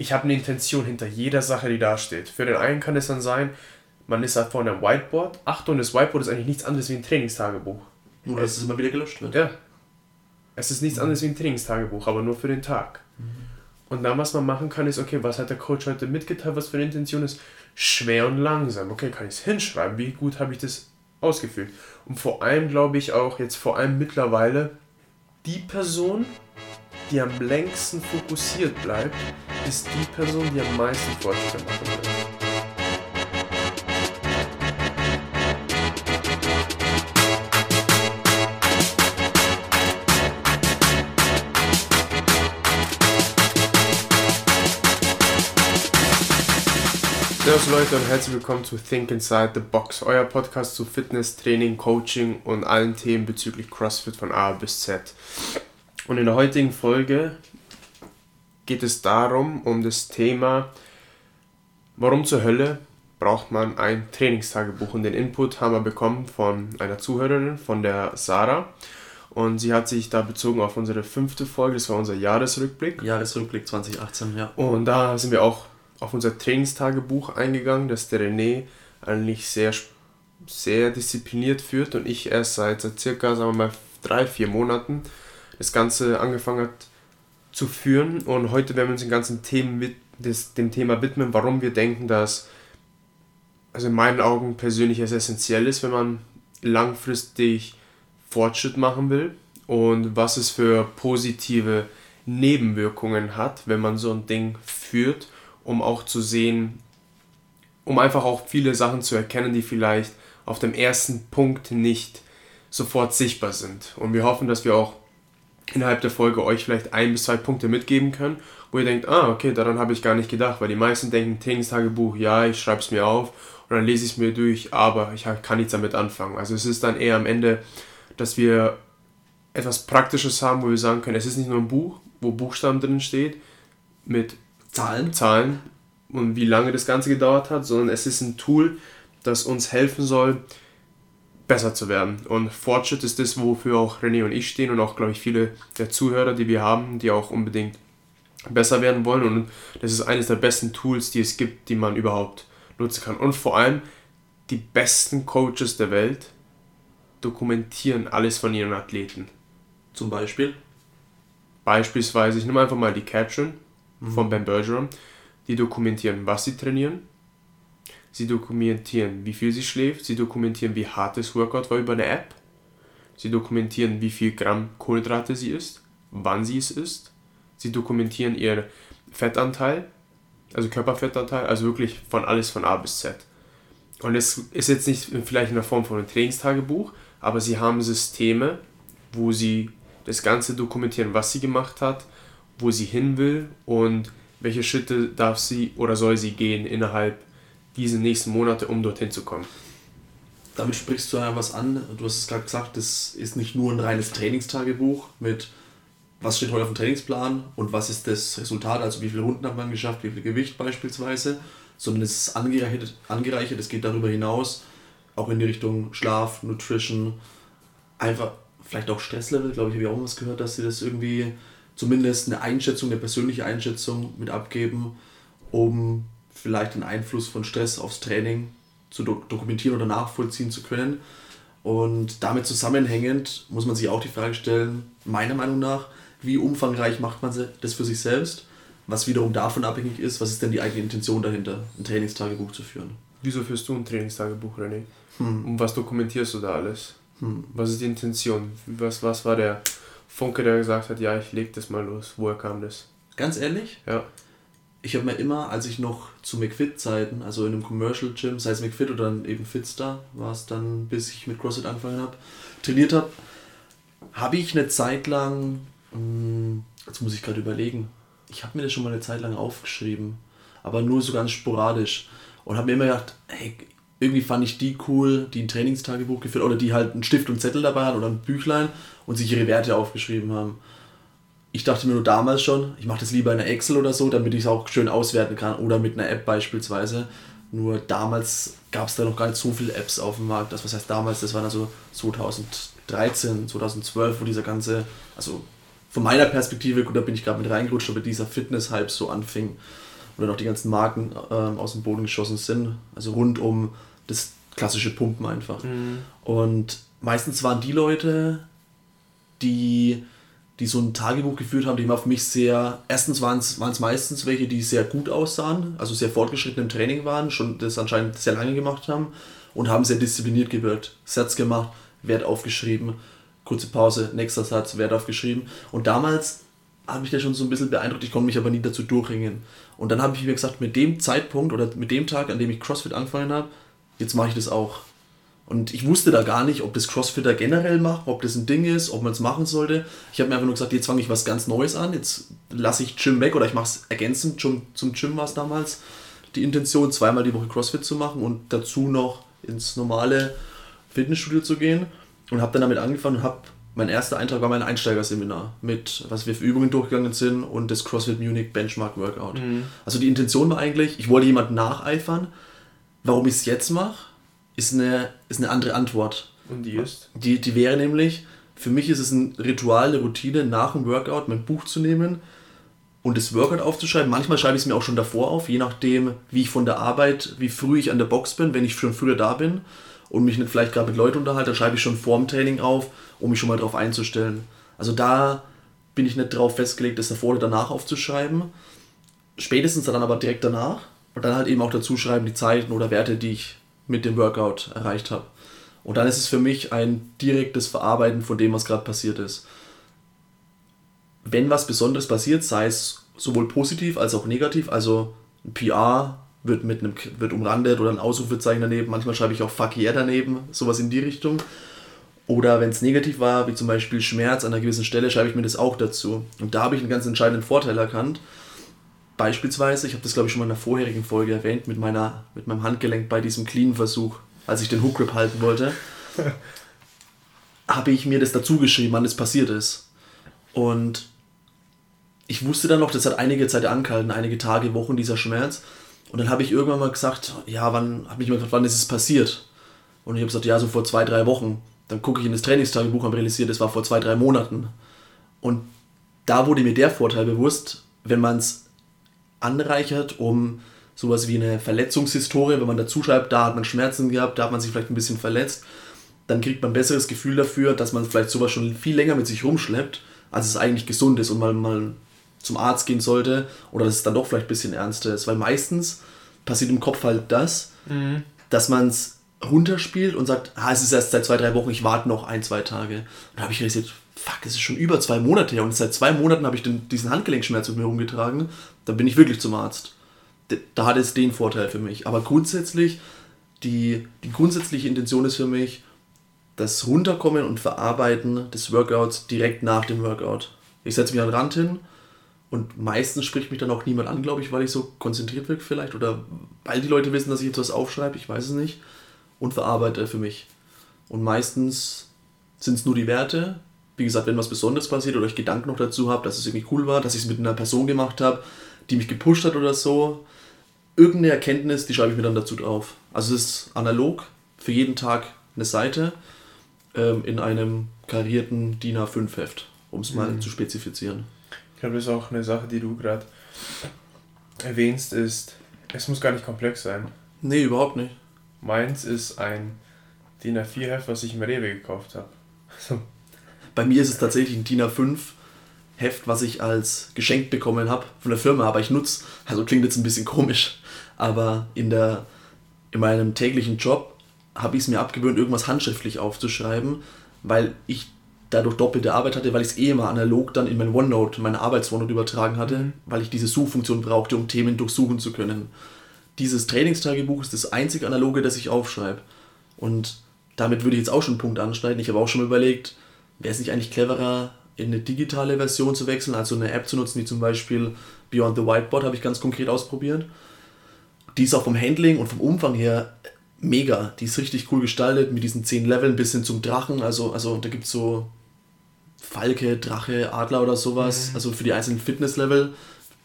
ich habe eine Intention hinter jeder Sache, die da steht. Für den einen kann es dann sein, man ist da vor einem Whiteboard. Achtung, das Whiteboard ist eigentlich nichts anderes wie ein Trainingstagebuch. Nur, dass es immer wieder gelöscht wird. Ja. Es ist nichts anderes wie ein Trainingstagebuch, aber nur für den Tag. Und dann, was man machen kann, ist, okay, was hat der Coach heute mitgeteilt, was für eine Intention ist? Schwer und langsam. Okay, kann ich es hinschreiben? Wie gut habe ich das ausgefüllt? Und vor allem glaube ich auch, jetzt vor allem mittlerweile, die Person, die am längsten fokussiert bleibt, ist die Person, die am meisten Fortschritte machen wird. Servus Leute und herzlich willkommen zu Think Inside the Box, euer Podcast zu Fitness, Training, Coaching und allen Themen bezüglich CrossFit von A bis Z. Und in der heutigen Folge geht es um das Thema, warum zur Hölle braucht man ein Trainingstagebuch? Und den Input haben wir bekommen von einer Zuhörerin, von der Sarah. Und sie hat sich da bezogen auf unsere 5. Folge, das war unser Jahresrückblick. Jahresrückblick 2018, ja. Und da sind wir auch auf unser Trainingstagebuch eingegangen, das der René eigentlich sehr, sehr diszipliniert führt und ich erst seit circa, sagen wir mal, 3-4 Monaten das Ganze angefangen hat zu führen. Und heute werden wir uns den ganzen Themen dem Thema widmen, warum wir denken, dass, also in meinen Augen persönlich es essentiell ist, wenn man langfristig Fortschritt machen will und was es für positive Nebenwirkungen hat, wenn man so ein Ding führt, um auch zu sehen, um einfach auch viele Sachen zu erkennen, die vielleicht auf dem ersten Punkt nicht sofort sichtbar sind. Und wir hoffen, dass wir auch innerhalb der Folge euch vielleicht 1 bis 2 Punkte mitgeben können, wo ihr denkt, okay, daran habe ich gar nicht gedacht, weil die meisten denken, Trainingstagebuch, ja, ich schreibe es mir auf und dann lese ich es mir durch, aber ich kann nichts damit anfangen. Also es ist dann eher am Ende, dass wir etwas Praktisches haben, wo wir sagen können, es ist nicht nur ein Buch, wo Buchstaben drin steht, mit Zahlen und wie lange das Ganze gedauert hat, sondern es ist ein Tool, das uns helfen soll, besser zu werden. Und Fortschritt ist das, wofür auch René und ich stehen und auch, glaube ich, viele der Zuhörer, die wir haben, die auch unbedingt besser werden wollen. Und das ist eines der besten Tools, die es gibt, die man überhaupt nutzen kann. Und vor allem die besten Coaches der Welt dokumentieren alles von ihren Athleten. Zum Beispiel? Beispielsweise, ich nehme einfach mal die Katrin von Ben Bergeron, die dokumentieren, was sie trainieren, sie dokumentieren, wie viel sie schläft, sie dokumentieren, wie hart das Workout war über eine App, sie dokumentieren, wie viel Gramm Kohlenhydrate sie isst, wann sie es isst, sie dokumentieren ihren Fettanteil, also Körperfettanteil, also wirklich von alles von A bis Z. Und es ist jetzt nicht vielleicht in der Form von einem Trainingstagebuch, aber sie haben Systeme, wo sie das Ganze dokumentieren, was sie gemacht hat, wo sie hin will und welche Schritte darf sie oder soll sie gehen innerhalb dieser nächsten Monate, um dorthin zu kommen. Damit sprichst du ja was an. Du hast es gerade gesagt, das ist nicht nur ein reines Trainingstagebuch mit was steht heute auf dem Trainingsplan und was ist das Resultat, also wie viele Runden hat man geschafft, wie viel Gewicht beispielsweise, sondern es ist angereichert, es geht darüber hinaus, auch in die Richtung Schlaf, Nutrition, einfach vielleicht auch Stresslevel, glaube ich, habe ich auch was gehört, dass sie das irgendwie zumindest eine persönliche Einschätzung mit abgeben, um vielleicht den Einfluss von Stress aufs Training zu dokumentieren oder nachvollziehen zu können. Und damit zusammenhängend muss man sich auch die Frage stellen, meiner Meinung nach, wie umfangreich macht man das für sich selbst, was wiederum davon abhängig ist, was ist denn die eigene Intention dahinter, ein Trainingstagebuch zu führen. Wieso führst du ein Trainingstagebuch, René? Und was dokumentierst du da alles? Was ist die Intention? Was war der Funke, der gesagt hat, ja, ich leg das mal los. Woher kam das? Ganz ehrlich? Ja. Ich habe mir immer, als ich noch zu McFit-Zeiten, also in einem Commercial Gym, sei es McFit oder dann eben Fitstar, war es dann, bis ich mit CrossFit angefangen habe, trainiert habe ich eine Zeit lang, jetzt muss ich gerade überlegen, ich habe mir das schon mal eine Zeit lang aufgeschrieben, aber nur so ganz sporadisch und habe mir immer gedacht, hey, irgendwie fand ich die cool, die ein Trainingstagebuch geführt oder die halt einen Stift und Zettel dabei hat oder ein Büchlein und sich ihre Werte aufgeschrieben haben. Ich dachte mir nur damals schon, ich mache das lieber in einer Excel oder so, damit ich es auch schön auswerten kann oder mit einer App beispielsweise. Nur damals gab es da noch gar nicht so viele Apps auf dem Markt. Was heißt damals, das war dann so 2013, 2012, wo dieser ganze, also von meiner Perspektive, gut, da bin ich gerade mit reingerutscht, aber dieser Fitness-Hype so anfing. dann auch die ganzen Marken aus dem Boden geschossen sind. Also rund um das klassische Pumpen einfach. Und meistens waren die Leute, die so ein Tagebuch geführt haben, die immer auf mich erstens waren es meistens welche, die sehr gut aussahen, also sehr fortgeschritten im Training waren, schon das anscheinend sehr lange gemacht haben und haben sehr diszipliniert gewirkt. Satz gemacht, Wert aufgeschrieben, kurze Pause, nächster Satz, Wert aufgeschrieben. Und damals hat mich das schon so ein bisschen beeindruckt, ich konnte mich aber nie dazu durchringen. Und dann habe ich mir gesagt, mit dem Zeitpunkt oder mit dem Tag, an dem ich CrossFit angefangen habe, jetzt mache ich das auch. Und ich wusste da gar nicht, ob das Crossfitter generell macht, ob das ein Ding ist, ob man es machen sollte. Ich habe mir einfach nur gesagt, jetzt fange ich was ganz Neues an, jetzt lasse ich Gym weg oder ich mache es ergänzend. Zum Gym war es damals die Intention, 2-mal die Woche CrossFit zu machen und dazu noch ins normale Fitnessstudio zu gehen. Und habe dann damit angefangen und mein erster Eintrag war mein Einsteigerseminar mit, was wir für Übungen durchgegangen sind und das CrossFit Munich Benchmark Workout. Also die Intention war eigentlich, ich wollte jemandem nacheifern. Warum ich es jetzt mache, ist eine andere Antwort. Und die ist? Die wäre nämlich, für mich ist es ein Ritual, eine Routine, nach dem Workout mein Buch zu nehmen und das Workout aufzuschreiben. Manchmal schreibe ich es mir auch schon davor auf, je nachdem, wie ich von der Arbeit, wie früh ich an der Box bin. Wenn ich schon früher da bin und mich nicht vielleicht gerade mit Leuten unterhalte, dann schreibe ich schon vor dem Training auf, um mich schon mal darauf einzustellen. Also da bin ich nicht drauf festgelegt, das davor oder danach aufzuschreiben. Spätestens dann aber direkt danach. Und dann halt eben auch dazu schreiben die Zeiten oder Werte, die ich mit dem Workout erreicht habe. Und dann ist es für mich ein direktes Verarbeiten von dem, was gerade passiert ist. Wenn was Besonderes passiert, sei es sowohl positiv als auch negativ, also ein PR wird umrandet oder ein Ausrufezeichen daneben, manchmal schreibe ich auch Fuck yeah daneben, sowas in die Richtung. Oder wenn es negativ war, wie zum Beispiel Schmerz an einer gewissen Stelle, schreibe ich mir das auch dazu. Und da habe ich einen ganz entscheidenden Vorteil erkannt. Beispielsweise, ich habe das glaube ich schon mal in einer vorherigen Folge erwähnt, mit meinem Handgelenk bei diesem Clean-Versuch, als ich den Hook Grip halten wollte, habe ich mir das dazu geschrieben, wann das passiert ist. Und ich wusste dann noch, das hat einige Zeit angehalten, einige Tage, Wochen dieser Schmerz. Und dann habe ich irgendwann mal gesagt, ja, wann ist es passiert? Und ich habe gesagt, ja, so vor 2-3 Wochen. Dann gucke ich in das Trainingstagebuch und realisiere, das war vor 2-3 Monaten. Und da wurde mir der Vorteil bewusst, wenn man es anreichert um sowas wie eine Verletzungshistorie, wenn man dazu schreibt, da hat man Schmerzen gehabt, da hat man sich vielleicht ein bisschen verletzt, dann kriegt man ein besseres Gefühl dafür, dass man vielleicht sowas schon viel länger mit sich rumschleppt, als es eigentlich gesund ist und mal zum Arzt gehen sollte oder dass es dann doch vielleicht ein bisschen ernster ist, weil meistens passiert im Kopf halt das, dass man es runterspielt und sagt, es ist erst seit 2-3 Wochen, ich warte noch 1-2 Tage. Und da habe ich realisiert, fuck, es ist schon über 2 Monate her und seit 2 Monaten habe ich diesen Handgelenkschmerz mit mir rumgetragen, dann bin ich wirklich zum Arzt. Da hat es den Vorteil für mich. Aber grundsätzlich, die grundsätzliche Intention ist für mich, das Runterkommen und Verarbeiten des Workouts direkt nach dem Workout. Ich setze mich an den Rand hin und meistens spricht mich dann auch niemand an, glaube ich, weil ich so konzentriert wirke vielleicht oder weil die Leute wissen, dass ich jetzt was aufschreibe, ich weiß es nicht, und verarbeite für mich. Und meistens sind es nur die Werte. Wie gesagt, wenn was Besonderes passiert oder ich Gedanken noch dazu habe, dass es irgendwie cool war, dass ich es mit einer Person gemacht habe, die mich gepusht hat oder so, irgendeine Erkenntnis, die schreibe ich mir dann dazu drauf. Also es ist analog, für jeden Tag eine Seite in einem karierten DIN A5 Heft, um es mal zu spezifizieren. Ich glaube, das ist auch eine Sache, die du gerade erwähnst, ist, es muss gar nicht komplex sein. Nee, überhaupt nicht. Meins ist ein DIN A4 Heft, was ich im Rewe gekauft habe. So. Bei mir ist es tatsächlich ein DIN A5 Heft, was ich als Geschenk bekommen habe von der Firma, aber ich nutze, also klingt jetzt ein bisschen komisch, aber in meinem täglichen Job habe ich es mir abgewöhnt, irgendwas handschriftlich aufzuschreiben, weil ich dadurch doppelte Arbeit hatte, weil ich es immer analog dann in mein OneNote, meine Arbeits-OneNote übertragen hatte, weil ich diese Suchfunktion brauchte, um Themen durchsuchen zu können. Dieses Trainingstagebuch ist das einzige Analoge, das ich aufschreibe. Und damit würde ich jetzt auch schon einen Punkt anschneiden. Ich habe auch schon mal überlegt, wäre es nicht eigentlich cleverer, in eine digitale Version zu wechseln, also eine App zu nutzen, wie zum Beispiel Beyond the Whiteboard, habe ich ganz konkret ausprobiert. Die ist auch vom Handling und vom Umfang her mega. Die ist richtig cool gestaltet, mit diesen 10 Leveln bis hin zum Drachen. Also da gibt es so Falke, Drache, Adler oder sowas, also für die einzelnen Fitnesslevel,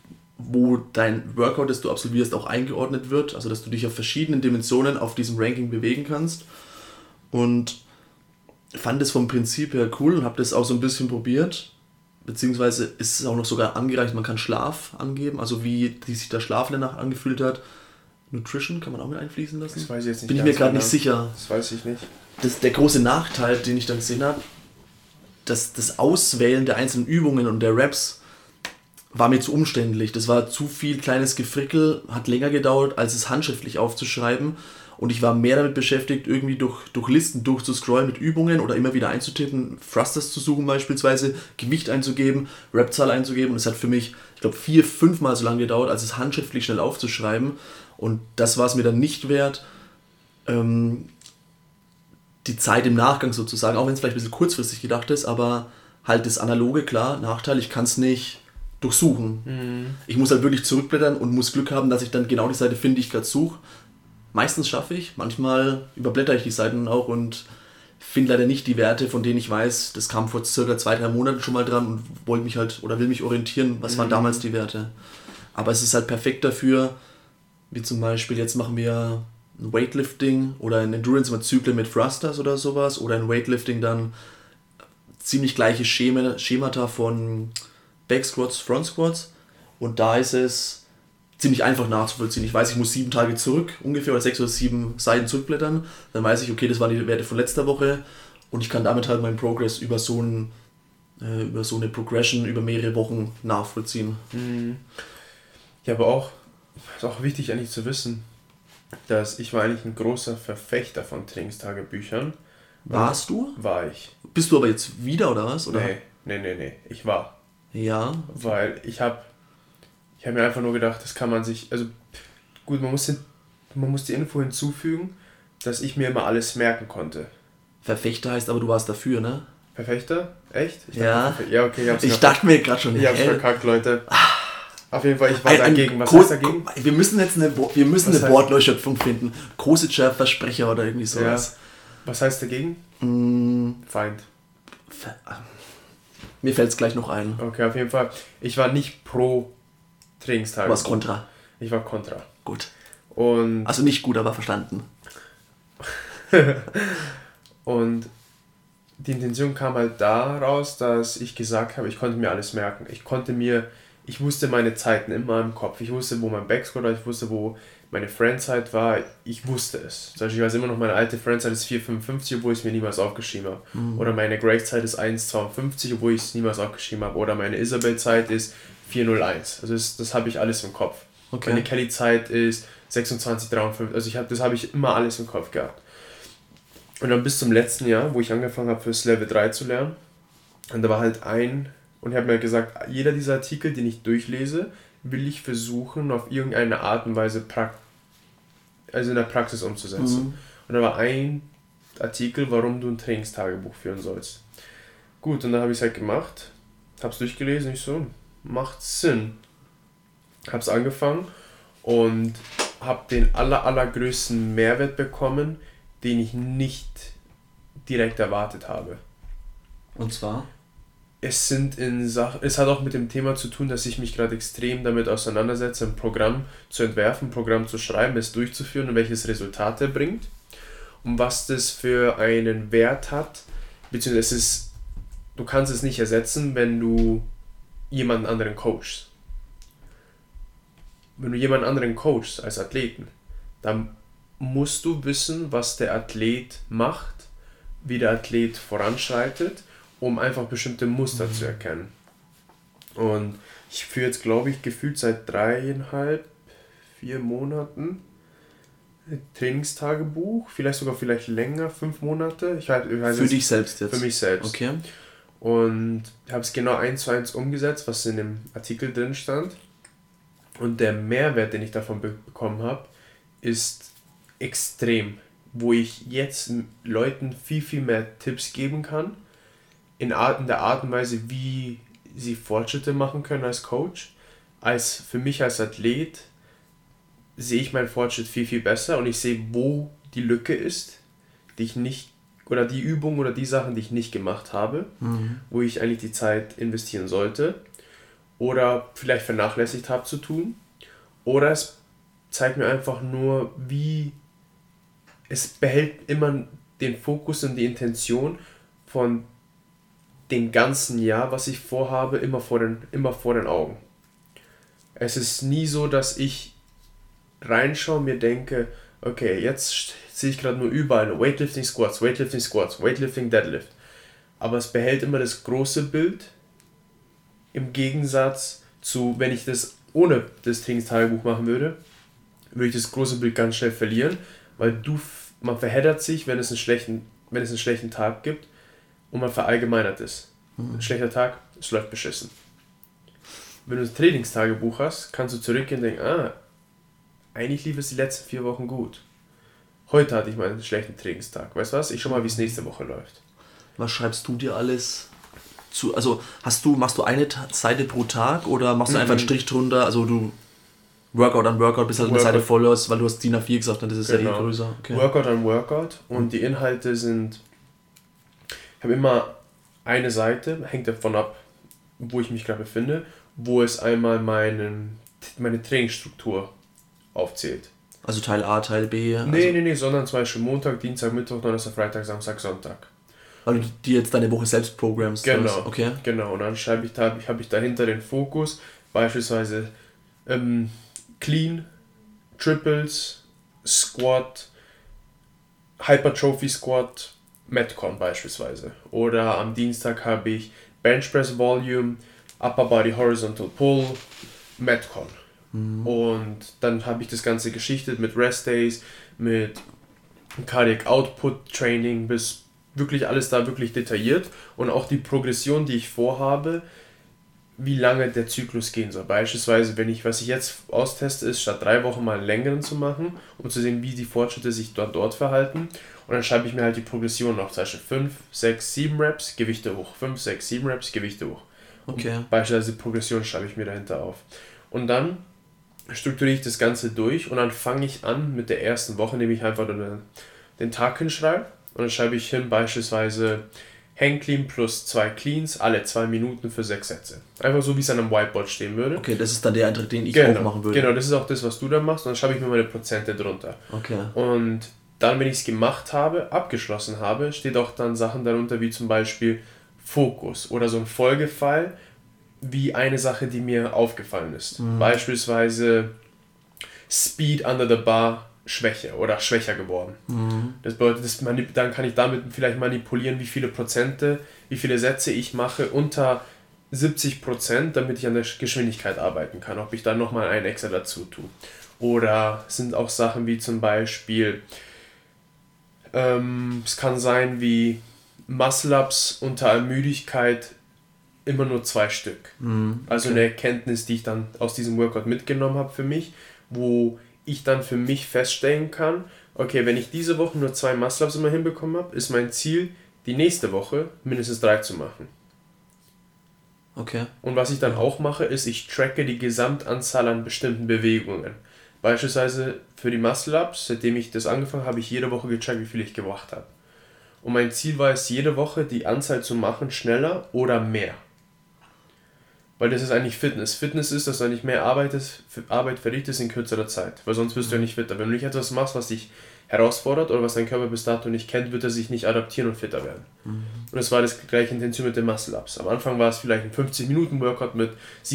wo dein Workout, das du absolvierst, auch eingeordnet wird, also dass du dich auf verschiedenen Dimensionen auf diesem Ranking bewegen kannst. Und fand es vom Prinzip her cool und habe das auch so ein bisschen probiert. beziehungsweise ist es auch noch sogar angereicht, man kann Schlaf angeben, also wie sich der Schlaf danach angefühlt hat. Nutrition kann man auch mit einfließen lassen? Das weiß ich jetzt nicht. Bin ich mir gerade nicht sicher. Das weiß ich nicht. Der große Nachteil, den ich dann gesehen habe, dass das Auswählen der einzelnen Übungen und der Reps war mir zu umständlich. Das war zu viel kleines Gefrickel, hat länger gedauert, als es handschriftlich aufzuschreiben. Und ich war mehr damit beschäftigt, irgendwie durch Listen durchzuscrollen mit Übungen oder immer wieder einzutippen, Thrusters zu suchen beispielsweise, Gewicht einzugeben, Repzahl einzugeben. Und es hat für mich, ich glaube, 4-5 Mal so lange gedauert, als es handschriftlich schnell aufzuschreiben. Und das war es mir dann nicht wert, die Zeit im Nachgang sozusagen, auch wenn es vielleicht ein bisschen kurzfristig gedacht ist, aber halt das Analoge, klar, Nachteil, ich kann es nicht durchsuchen. Ich muss halt wirklich zurückblättern und muss Glück haben, dass ich dann genau die Seite finde, die ich gerade suche. Meistens schaffe ich, manchmal überblätter ich die Seiten auch und finde leider nicht die Werte, von denen ich weiß, das kam vor circa 2-3 Monaten schon mal dran und wollte mich halt oder will mich orientieren, was waren damals die Werte. Aber es ist halt perfekt dafür, wie zum Beispiel jetzt machen wir ein Weightlifting oder ein Endurance-Zyklen mit Thrusters oder sowas oder ein Weightlifting dann ziemlich gleiche Schemata von Back Squats, Front Squats und da ist es ziemlich einfach nachzuvollziehen. Ich weiß, ich muss 7 Tage zurück, ungefähr, oder 6 oder 7 Seiten zurückblättern. Dann weiß ich, okay, das waren die Werte von letzter Woche und ich kann damit halt meinen Progress über so eine Progression über mehrere Wochen nachvollziehen. Ja, aber auch, ist auch wichtig eigentlich zu wissen, dass ich war eigentlich ein großer Verfechter von Trainingstagebüchern. Warst du? War ich. Bist du aber jetzt wieder, oder was? Oder? Nee. Ich war. Ja. Weil ich hab mir einfach nur gedacht, das kann man sich, also gut, man muss die Info hinzufügen, dass ich mir immer alles merken konnte. Verfechter heißt aber, du warst dafür, ne? Verfechter? Echt? Ja. Ja, okay. Ich dachte mir gerade schon, ich hab's verkackt, Leute. Auf jeden Fall, ich war dagegen. Was heißt dagegen? Wir müssen jetzt eine Wortneuschöpfung finden. Große Versprecher oder irgendwie sowas. Ja. Was heißt dagegen? Feind. Mir fällt es gleich noch ein. Okay, auf jeden Fall. Ich war nicht pro Trainingstage. Du warst kontra. Ich war kontra. Gut. Und also nicht gut, aber verstanden. Und die Intention kam halt daraus, dass ich gesagt habe, ich konnte mir alles merken. Ich wusste meine Zeiten immer im Kopf. Ich wusste, wo mein Backsquat war, ich wusste, wo meine Friendzeit war. Ich wusste es. Zum Beispiel, ich weiß immer noch, meine alte Friendzeit ist 4,55, obwohl ich es mir niemals aufgeschrieben habe. Oder meine Greg-Zeit ist 1,52, obwohl ich es niemals aufgeschrieben habe. Oder meine Isabel-Zeit ist 4,01. Also das habe ich alles im Kopf. Okay. Meine Kelly-Zeit ist 26,53. Also das habe ich immer alles im Kopf gehabt. Und dann bis zum letzten Jahr, wo ich angefangen habe, fürs Level 3 zu lernen. Und da war halt und ich habe mir gesagt, jeder dieser Artikel, den ich durchlese, will ich versuchen, auf irgendeine Art und Weise in der Praxis umzusetzen. Und da war ein Artikel, warum du ein Trainingstagebuch führen sollst. Gut, und dann habe ich es halt gemacht, habe es durchgelesen, ich so, macht Sinn. Habe es angefangen und habe den allergrößten Mehrwert bekommen, den ich nicht direkt erwartet habe. Und zwar? Es hat auch mit dem Thema zu tun, dass ich mich gerade extrem damit auseinandersetze, ein Programm zu entwerfen, ein Programm zu schreiben, es durchzuführen und welches Resultat er bringt und was das für einen Wert hat, beziehungsweise du kannst es nicht ersetzen, wenn du jemanden anderen coachst. Wenn du jemanden anderen coachst als Athleten, dann musst du wissen, was der Athlet macht, wie der Athlet voranschreitet, um einfach bestimmte Muster zu erkennen. Und ich führe jetzt, glaube ich, gefühlt seit 3,5-4 Monaten Trainingstagebuch, vielleicht länger, 5 Monate. Ich weiß für dich selbst jetzt? Für mich selbst. Okay. Und ich habe es genau 1:1 umgesetzt, was in dem Artikel drin stand. Und der Mehrwert, den ich davon bekommen habe, ist extrem, wo ich jetzt Leuten viel, viel mehr Tipps geben kann, in der Art und Weise, wie sie Fortschritte machen können als Coach. Als für mich als Athlet sehe ich meinen Fortschritt viel, viel besser und ich sehe, wo die Lücke ist, die ich nicht, oder die Übung oder die Sachen, die ich nicht gemacht habe, wo ich eigentlich die Zeit investieren sollte oder vielleicht vernachlässigt habe zu tun. Oder es zeigt mir einfach nur, es behält immer den Fokus und die Intention von dem ganzen Jahr, was ich vorhabe, immer vor den Augen. Es ist nie so, dass ich reinschaue und mir denke, okay, jetzt sehe ich gerade nur überall Weightlifting Squats, Weightlifting Deadlift. Aber es behält immer das große Bild im Gegensatz zu, wenn ich das ohne das Trainingstagebuch machen würde, würde ich das große Bild ganz schnell verlieren, weil man verheddert sich, wenn es einen schlechten Tag gibt und man verallgemeinert es. Ein schlechter Tag, es läuft beschissen. Wenn du ein Trainingstagebuch hast, kannst du zurückgehen und denken, eigentlich lief es die letzten 4 Wochen gut. Heute hatte ich mal einen schlechten Trainingstag. Weißt du was? Ich schau mal, wie es nächste Woche läuft. Was schreibst du dir alles zu? Also machst du eine Seite pro Tag oder machst du einfach einen Strich drunter? Also du Workout an Workout, bis halt eine Seite voll ist, weil du hast DIN A4 gesagt, dann ist es ja eh größer. Okay. Workout an Workout und die Inhalte sind, ich habe immer eine Seite, hängt davon ab, wo ich mich gerade befinde, wo es einmal meine Trainingsstruktur aufzählt. Also Teil A, Teil B? Nee, sondern zum Beispiel Montag, Dienstag, Mittwoch, Donnerstag, Freitag, Samstag, Sonntag. Weil du dir jetzt deine Woche selbst programmst. Genau, okay. Genau. Und dann habe ich dahinter den Fokus, beispielsweise Clean, Triples, Squat, Hypertrophy Squat, Metcon beispielsweise. Oder am Dienstag habe ich Bench Press Volume, Upper Body Horizontal Pull, Metcon. Und dann habe ich das Ganze geschichtet mit Rest Days, mit Cardiac Output Training, bis wirklich alles da wirklich detailliert und auch die Progression, die ich vorhabe, wie lange der Zyklus gehen soll. Beispielsweise, was ich jetzt austeste, ist, statt 3 Wochen mal einen längeren zu machen, um zu sehen, wie die Fortschritte sich dort verhalten. Und dann schreibe ich mir halt die Progression auf, zum Beispiel 5, 6, 7 Reps, Gewichte hoch, 5, 6, 7 Reps, Gewichte hoch. Okay. Und beispielsweise die Progression schreibe ich mir dahinter auf. Und dann strukturiere ich das Ganze durch und dann fange ich an mit der ersten Woche, indem ich einfach den Tag hinschreibe. Und dann schreibe ich hin beispielsweise Hang Clean plus 2 Cleans alle 2 Minuten für 6 Sätze. Einfach so, wie es an einem Whiteboard stehen würde. Okay, das ist dann der Eintrag, den ich auch machen würde. Genau, das ist auch das, was du dann machst. Und dann schreibe ich mir meine Prozente drunter. Okay. Und dann, wenn ich es gemacht habe, abgeschlossen habe, steht auch dann Sachen darunter, wie zum Beispiel Fokus oder so ein Folgefall, wie eine Sache, die mir aufgefallen ist. Beispielsweise Speed under the bar schwächer geworden. Das bedeutet, dann kann ich damit vielleicht manipulieren, wie viele Sätze ich mache unter 70%, damit ich an der Geschwindigkeit arbeiten kann, ob ich dann nochmal einen extra dazu tue. Oder es sind auch Sachen wie zum Beispiel, es kann sein wie Muscle-Ups unter Ermüdigkeit immer nur 2 Stück. Also eine Erkenntnis, die ich dann aus diesem Workout mitgenommen habe für mich, wo ich dann für mich feststellen kann, okay, wenn ich diese Woche nur 2 Muscle-Ups immer hinbekommen habe, ist mein Ziel, die nächste Woche mindestens 3 zu machen. Okay. Und was ich dann auch mache, ist, ich tracke die Gesamtanzahl an bestimmten Bewegungen. Beispielsweise für die Muscle-Ups, seitdem ich das angefangen habe, ich jede Woche gecheckt, wie viel ich gemacht habe. Und mein Ziel war es, jede Woche die Anzahl zu machen, schneller oder mehr. Weil das ist eigentlich Fitness. Fitness ist, dass du eigentlich mehr Arbeit verrichtest in kürzerer Zeit. Weil sonst wirst du ja nicht fitter. Wenn du nicht etwas machst, was dich herausfordert oder was dein Körper bis dato nicht kennt, wird er sich nicht adaptieren und fitter werden. Und das war das gleiche Intention mit den Muscle-Ups. Am Anfang war es vielleicht ein 50-Minuten-Workout mit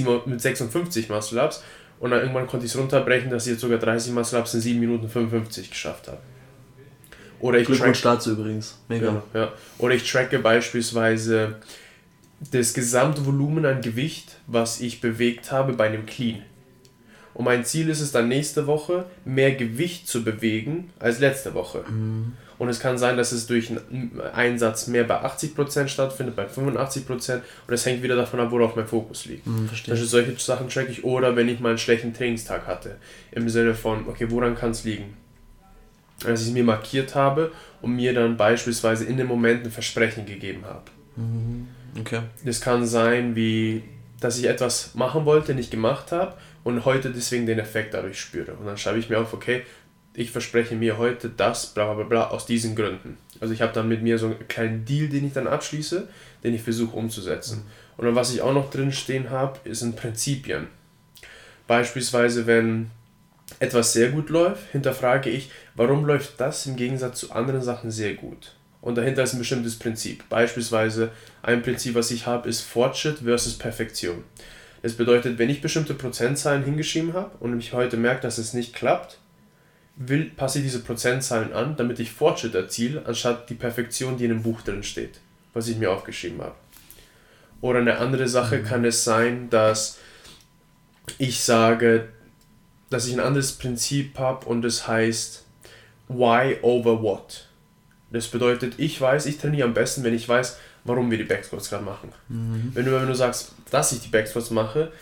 56 Muscle-Ups und dann irgendwann konnte ich es runterbrechen, dass ich jetzt sogar 30 Muscle-Ups in 7 Minuten 55 geschafft habe. Glückwunsch dazu übrigens. Mega. Ja. Oder ich tracke beispielsweise das Gesamtvolumen an Gewicht, was ich bewegt habe bei einem Clean. Und mein Ziel ist es dann nächste Woche, mehr Gewicht zu bewegen als letzte Woche. Und es kann sein, dass es durch einen Einsatz mehr bei 80% stattfindet, bei 85%. Und das hängt wieder davon ab, worauf mein Fokus liegt. Verstehe. Also solche Sachen track ich. Oder wenn ich mal einen schlechten Trainingstag hatte. Im Sinne von, okay, woran kann es liegen? Dass ich es mir markiert habe und mir dann beispielsweise in dem Moment ein Versprechen gegeben habe. Okay. Das kann sein, wie dass ich etwas machen wollte, nicht gemacht habe und heute deswegen den Effekt dadurch spüre. Und dann schreibe ich mir auf, okay, ich verspreche mir heute das, bla bla bla, aus diesen Gründen. Also ich habe dann mit mir so einen kleinen Deal, den ich dann abschließe, den ich versuche umzusetzen. Und dann, was ich auch noch drin stehen habe, sind Prinzipien. Beispielsweise, wenn etwas sehr gut läuft, hinterfrage ich, warum läuft das im Gegensatz zu anderen Sachen sehr gut? Und dahinter ist ein bestimmtes Prinzip. Beispielsweise ein Prinzip, was ich habe, ist Fortschritt versus Perfektion. Das bedeutet, wenn ich bestimmte Prozentzahlen hingeschrieben habe und ich heute merke, dass es nicht klappt, passe ich diese Prozentzahlen an, damit ich Fortschritt erziele, anstatt die Perfektion, die in dem Buch drin steht, was ich mir aufgeschrieben habe. Oder eine andere Sache kann es sein, dass ich sage, dass ich ein anderes Prinzip habe und es heißt Why over what. Das bedeutet, ich trainiere am besten, wenn ich weiß, warum wir die Backsquats gerade machen. Wenn du sagst, dass ich die Backsquats mache,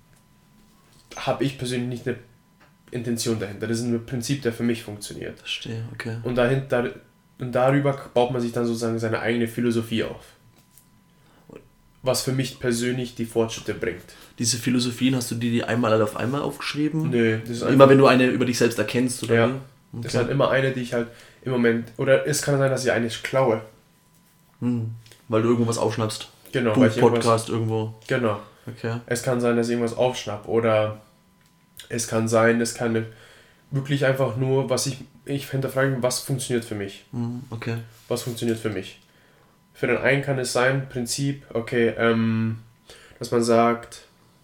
habe ich persönlich nicht eine Intention dahinter. Das ist ein Prinzip, der für mich funktioniert. Verstehe, okay. Und darüber baut man sich dann sozusagen seine eigene Philosophie auf. Was für mich persönlich die Fortschritte bringt. Diese Philosophien, hast du die einmal alle auf einmal aufgeschrieben? Nö. Das ist immer wenn du eine über dich selbst erkennst, oder? Ja. Okay. Das ist halt immer eine, die ich halt im Moment... Oder es kann sein, dass ich eine klaue. Weil du irgendwas aufschnappst. Genau. Buch, Podcast irgendwo. Genau. Okay. Es kann sein, dass ich irgendwas aufschnapp. Oder es kann sein, es kann wirklich einfach nur, ich hinterfrage, was funktioniert für mich. Okay. Was funktioniert für mich? Für den einen kann es sein, Prinzip, okay, dass man sagt,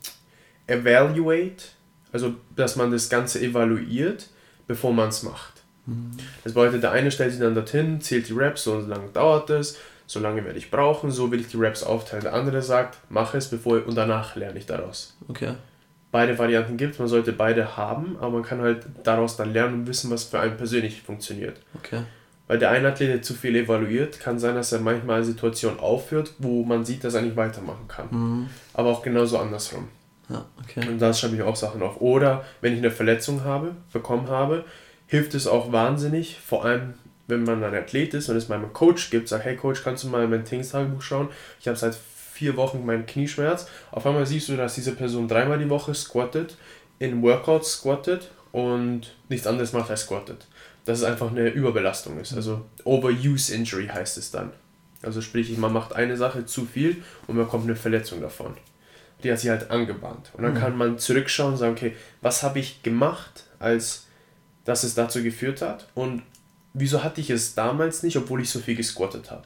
evaluate, also dass man das Ganze evaluiert, bevor man es macht. Das bedeutet, der eine stellt sich dann dorthin, zählt die Reps, so lange dauert es, so lange werde ich brauchen, so will ich die Reps aufteilen. Der andere sagt, mach es und danach lerne ich daraus. Okay. Beide Varianten gibt es, man sollte beide haben, aber man kann halt daraus dann lernen und wissen, was für einen persönlich funktioniert. Okay. Weil der eine Athlet, der zu viel evaluiert, kann sein, dass er manchmal eine Situation aufführt, wo man sieht, dass er nicht weitermachen kann. Aber auch genauso andersrum. Ja, okay. Und da schreibe ich auch Sachen auf. Oder wenn ich eine Verletzung bekommen habe, hilft es auch wahnsinnig, vor allem wenn man ein Athlet ist und es mal einen Coach gibt, sagt, hey Coach, kannst du mal in mein Trainingstagebuch schauen? Ich habe seit 4 Wochen meinen Knieschmerz. Auf einmal siehst du, dass diese Person 3-mal die Woche squattet, in Workouts squattet und nichts anderes macht als squattet. Dass es einfach eine Überbelastung ist. Also Overuse Injury heißt es dann. Also sprich, man macht eine Sache zu viel und man bekommt eine Verletzung davon. Die hat sich halt angebahnt. Und dann kann man zurückschauen und sagen, okay, was habe ich gemacht, als dass es dazu geführt hat? Und wieso hatte ich es damals nicht, obwohl ich so viel gesquattet habe?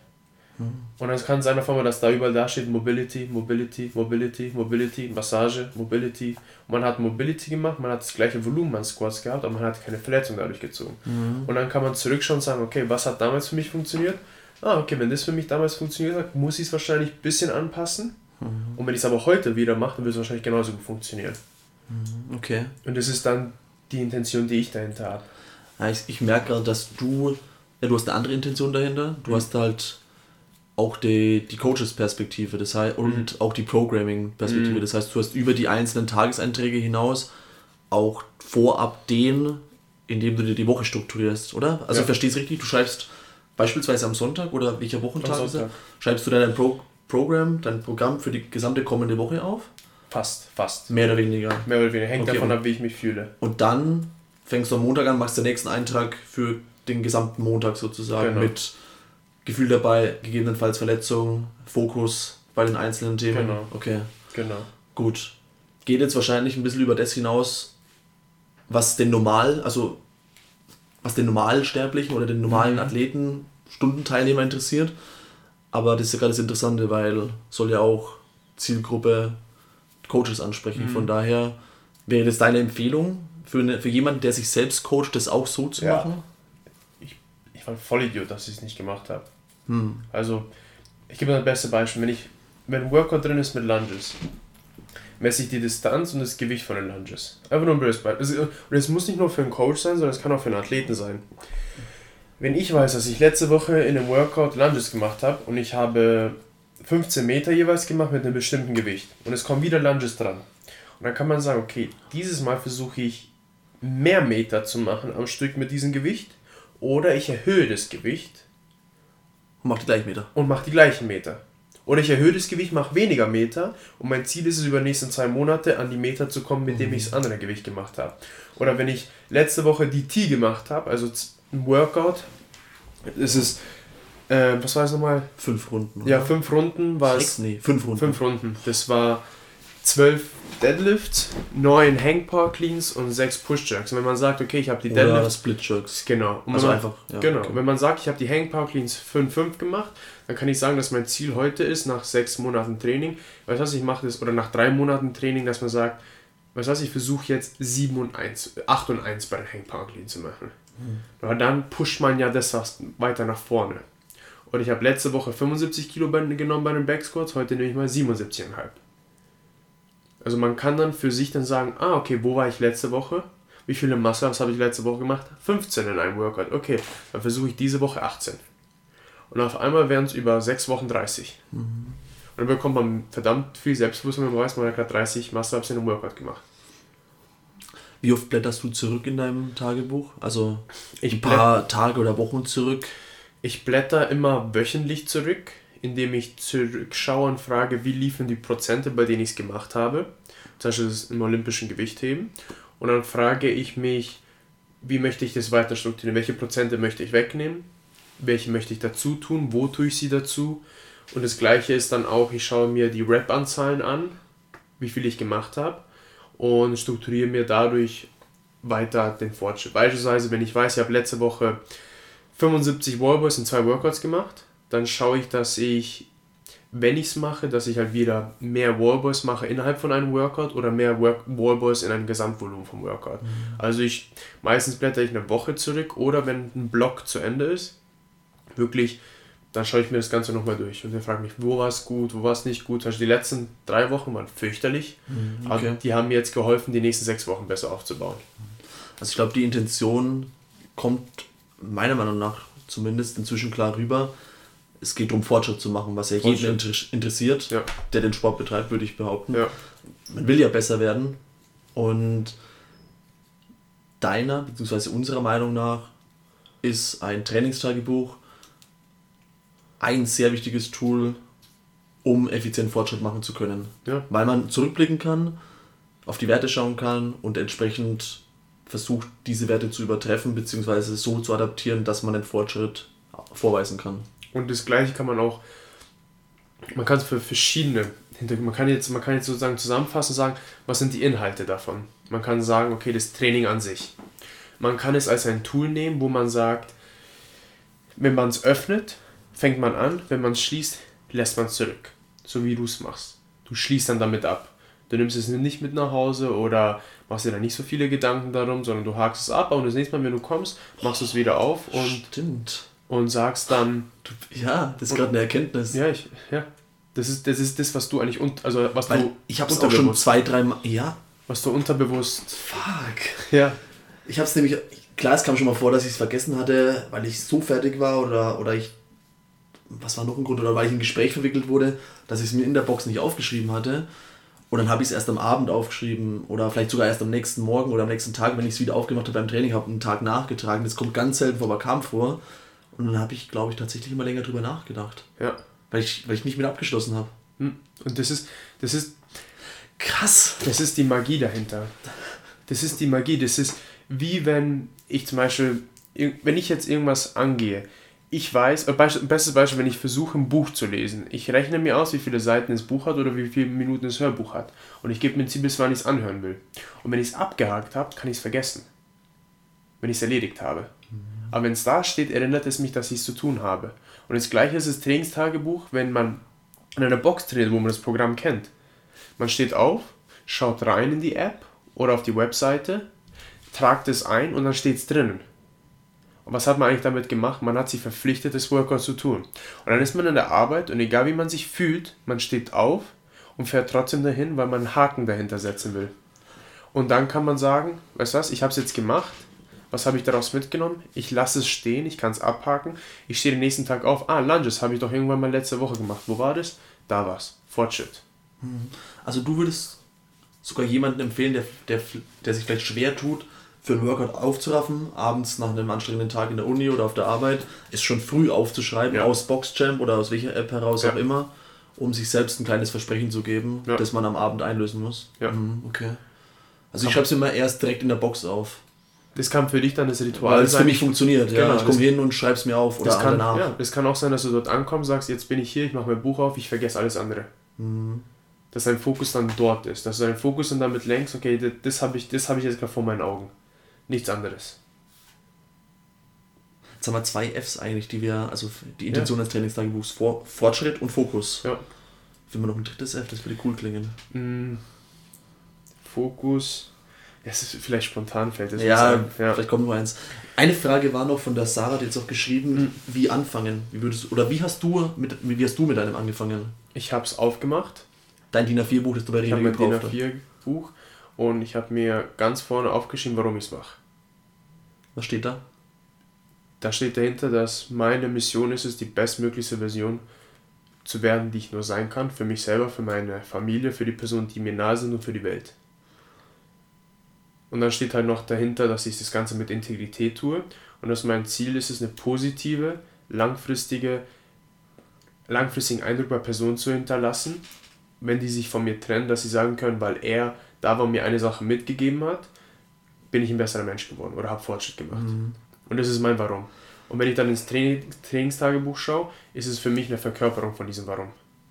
Und dann kann es sein auf einmal, dass da überall da steht Mobility, Mobility, Mobility, Mobility, Massage, Mobility. Und man hat Mobility gemacht, man hat das gleiche Volumen an Squats gehabt, aber man hat keine Verletzung dadurch gezogen. Und dann kann man zurückschauen und sagen, okay, was hat damals für mich funktioniert? Okay, wenn das für mich damals funktioniert hat, muss ich es wahrscheinlich ein bisschen anpassen. Und wenn ich es aber heute wieder mache, dann wird es wahrscheinlich genauso gut funktionieren. Okay. Und das ist dann die Intention, die ich dahinter habe. Ja, ich merke gerade, dass du hast eine andere Intention dahinter. Du hast halt auch die Coaches-Perspektive, das heißt, und auch die Programming-Perspektive. Das heißt, du hast über die einzelnen Tageseinträge hinaus auch vorab indem du dir die Woche strukturierst, oder? Also verstehst du richtig, du schreibst beispielsweise am Sonntag oder welcher Wochentag ist er, schreibst du dann dein Programm für die gesamte kommende Woche auf? Fast. Mehr oder weniger. Hängt davon ab, wie ich mich fühle. Und dann fängst du am Montag an, machst den nächsten Eintrag für den gesamten Montag sozusagen mit Gefühl dabei, gegebenenfalls Verletzung, Fokus bei den einzelnen Themen. Genau. Okay. Genau. Gut. Geht jetzt wahrscheinlich ein bisschen über das hinaus, was den Normalsterblichen oder den normalen Athleten, Stundenteilnehmer interessiert. Aber das ist ja gerade das Interessante, weil soll ja auch Zielgruppe Coaches ansprechen. Von daher wäre das deine Empfehlung für jemanden, der sich selbst coacht, das auch so zu machen? Ich war ein Vollidiot, dass ich es nicht gemacht habe. Also, ich gebe dir das beste Beispiel. Wenn ein Workout drin ist mit Lunges, messe ich die Distanz und das Gewicht von den Lunges. Einfach nur ein blödes Beispiel. Und es muss nicht nur für einen Coach sein, sondern es kann auch für einen Athleten sein. Wenn ich weiß, dass ich letzte Woche in einem Workout Lunges gemacht habe und ich habe 15 Meter jeweils gemacht mit einem bestimmten Gewicht und es kommen wieder Lunges dran. Und dann kann man sagen, okay, dieses Mal versuche ich mehr Meter zu machen am Stück mit diesem Gewicht oder ich erhöhe das Gewicht und mache die gleichen Meter. Oder ich erhöhe das Gewicht, mache weniger Meter und mein Ziel ist es, über die nächsten 2 Monate an die Meter zu kommen, mit dem ich das andere Gewicht gemacht habe. Oder wenn ich letzte Woche DT gemacht habe, also ein Workout, ist es, was war es nochmal? 5 Runden. Oder? Ja, 5 Runden war es. 5 Runden. 5 Runden. Das war 12 Deadlifts, 9 Hang Power Cleans und 6 Push Jerks. Und wenn man sagt, okay, ich habe die Oder Deadlifts... Split Jerks. Genau. Und also man, einfach... Ja, genau. okay. Wenn man sagt, ich habe die Hang Power Cleans 5-5 gemacht, dann kann ich sagen, dass mein Ziel heute ist, nach 6 Monaten Training, weißt du was, ich mache das, oder nach 3 Monaten Training, dass man sagt, weißt du was, ich versuche jetzt 8 und 1 bei den Hang Power Clean zu machen. Aber dann pusht man ja das weiter nach vorne. Und ich habe letzte Woche 75 Kilo genommen bei den Backsquats, heute nehme ich mal 77,5. Also man kann dann für sich dann sagen, okay, wo war ich letzte Woche? Wie viele Muscle-Ups habe ich letzte Woche gemacht? 15 in einem Workout. Okay, dann versuche ich diese Woche 18. Und auf einmal wären es über 6 Wochen 30. Und dann bekommt man verdammt viel Selbstbewusstsein, wenn man weiß, man hat gerade 30 Muscle-Ups in einem Workout gemacht. Wie oft blätterst du zurück in deinem Tagebuch? Also ein paar Tage oder Wochen zurück? Ich blätter immer wöchentlich zurück, indem ich zurückschaue und frage, wie liefen die Prozente, bei denen ich es gemacht habe. Zum Beispiel das im olympischen Gewichtheben. Und dann frage ich mich, wie möchte ich das weiter strukturieren? Welche Prozente möchte ich wegnehmen? Welche möchte ich dazu tun? Wo tue ich sie dazu? Und das gleiche ist dann auch, ich schaue mir die Rep-Anzahlen an, wie viel ich gemacht habe und strukturiere mir dadurch weiter den Fortschritt. Beispielsweise, wenn ich weiß, ich habe letzte Woche 75 Wallballs in 2 Workouts gemacht, dann schaue ich, dass ich, wenn ich es mache, dass ich halt wieder mehr Wallballs mache innerhalb von einem Workout oder mehr Wallballs in einem Gesamtvolumen vom Workout. Also meistens blätter ich eine Woche zurück oder wenn ein Block zu Ende ist, wirklich, dann schaue ich mir das Ganze nochmal durch und dann frage mich, wo war es gut, wo war es nicht gut. Also die letzten 3 Wochen waren fürchterlich, aber die haben mir jetzt geholfen, die nächsten 6 Wochen besser aufzubauen. Also ich glaube, die Intention kommt meiner Meinung nach zumindest inzwischen klar rüber. Es geht darum, Fortschritt zu machen, was ja jeden interessiert, der den Sport betreibt, würde ich behaupten. Ja. Man will ja besser werden und deiner, bzw. unserer Meinung nach, ist ein Trainingstagebuch ein sehr wichtiges Tool, um effizient Fortschritt machen zu können. Ja. Weil man zurückblicken kann, auf die Werte schauen kann und entsprechend versucht, diese Werte zu übertreffen, bzw. so zu adaptieren, dass man den Fortschritt vorweisen kann. Und das Gleiche kann man auch, man kann es für verschiedene Hintergründe, man kann jetzt sozusagen zusammenfassen und sagen, was sind die Inhalte davon? Man kann sagen, okay, das Training an sich. Man kann es als ein Tool nehmen, wo man sagt, wenn man es öffnet, fängt man an, wenn man es schließt, lässt man es zurück. So wie du es machst. Du schließt dann damit ab. Du nimmst es nicht mit nach Hause oder machst dir da nicht so viele Gedanken darum, sondern du hakst es ab und das nächste Mal, wenn du kommst, machst du es wieder auf und sagst dann... Ja, das ist gerade eine Erkenntnis. Ja. Das ist das, was du eigentlich... ich habe es auch schon 2-3 Mal... Ja. Was du unterbewusst... Fuck. Ja. Ich habe es nämlich... Klar, es kam schon mal vor, dass ich es vergessen hatte, weil ich so fertig war oder ich... Was war noch ein Grund? Oder weil ich in ein Gespräch verwickelt wurde, dass ich es mir in der Box nicht aufgeschrieben hatte. Und dann habe ich es erst am Abend aufgeschrieben oder vielleicht sogar erst am nächsten Morgen oder am nächsten Tag, wenn ich es wieder aufgemacht habe beim Training, habe einen Tag nachgetragen. Das kommt ganz selten vor, aber kam vor. Und dann habe ich, glaube ich, tatsächlich immer länger drüber nachgedacht. Ja. Weil ich nicht mit abgeschlossen habe. Und das ist krass. Das ist die Magie dahinter. Das ist die Magie. Das ist wie wenn ich zum Beispiel, wenn ich jetzt irgendwas angehe, ich weiß, bestes Beispiel, wenn ich versuche, ein Buch zu lesen. Ich rechne mir aus, wie viele Seiten das Buch hat oder wie viele Minuten das Hörbuch hat. Und ich gebe mir ein Ziel, bis wann ich es anhören will. Und wenn ich es abgehakt habe, kann ich es vergessen. Wenn ich es erledigt habe. Aber wenn es da steht, erinnert es mich, dass ich es zu tun habe. Und das Gleiche ist das Trainingstagebuch, wenn man in einer Box trainiert, wo man das Programm kennt. Man steht auf, schaut rein in die App oder auf die Webseite, tragt es ein und dann steht es drinnen. Und was hat man eigentlich damit gemacht? Man hat sich verpflichtet, das Workout zu tun. Und dann ist man in der Arbeit und egal wie man sich fühlt, man steht auf und fährt trotzdem dahin, weil man einen Haken dahinter setzen will. Und dann kann man sagen, weißt du was, ich habe es jetzt gemacht, was habe ich daraus mitgenommen? Ich lasse es stehen, ich kann es abhaken, ich stehe den nächsten Tag auf, Lunges habe ich doch irgendwann mal letzte Woche gemacht. Wo war das? Da war's. Fortschritt. Also du würdest sogar jemanden empfehlen, der sich vielleicht schwer tut, für einen Workout aufzuraffen, abends nach einem anstrengenden Tag in der Uni oder auf der Arbeit, ist schon früh aufzuschreiben, aus Boxjump oder aus welcher App heraus auch immer, um sich selbst ein kleines Versprechen zu geben, das man am Abend einlösen muss. Ja. Okay. Also ich schreibe es immer erst direkt in der Box auf. Das kann für dich dann das Ritual weil es für mich funktioniert. Genau, ich komme hin und schreibe es mir auf oder danach. Ja, das kann auch sein, dass du dort ankommst, sagst, jetzt bin ich hier, ich mache mein Buch auf, ich vergesse alles andere. dass dein Fokus dann dort ist, dass du deinen Fokus dann damit lenkst, okay, das habe ich jetzt gerade vor meinen Augen, nichts anderes. Jetzt haben wir 2 Fs eigentlich, also die Intention des Trainingstagebuchs, Fortschritt und Fokus. Ja. Wenn wir noch ein drittes F, das würde cool klingen. Fokus, ja, es ist vielleicht spontan fällt das. Ja, vielleicht kommt nur eins. Eine Frage war noch von der Sarah, die jetzt auch geschrieben, wie anfangen? Wie hast du mit deinem angefangen? Ich habe es aufgemacht. Dein DIN A4-Buch, das du bei Rewe gekauft hast. Ich habe mein DIN A4-Buch und ich habe mir ganz vorne aufgeschrieben, warum ich es mache. Was steht da? Da steht dahinter, dass meine Mission ist es, die bestmöglichste Version zu werden, die ich nur sein kann, für mich selber, für meine Familie, für die Personen, die mir nahe sind und für die Welt. Und dann steht halt noch dahinter, dass ich das Ganze mit Integrität tue und dass mein Ziel ist es, eine positive, langfristigen Eindruck bei Personen zu hinterlassen, wenn die sich von mir trennen, dass sie sagen können, weil er da war mir eine Sache mitgegeben hat, bin ich ein besserer Mensch geworden oder habe Fortschritt gemacht. Und das ist mein Warum. Und wenn ich dann ins Trainingstagebuch schaue, ist es für mich eine Verkörperung von diesem Warum.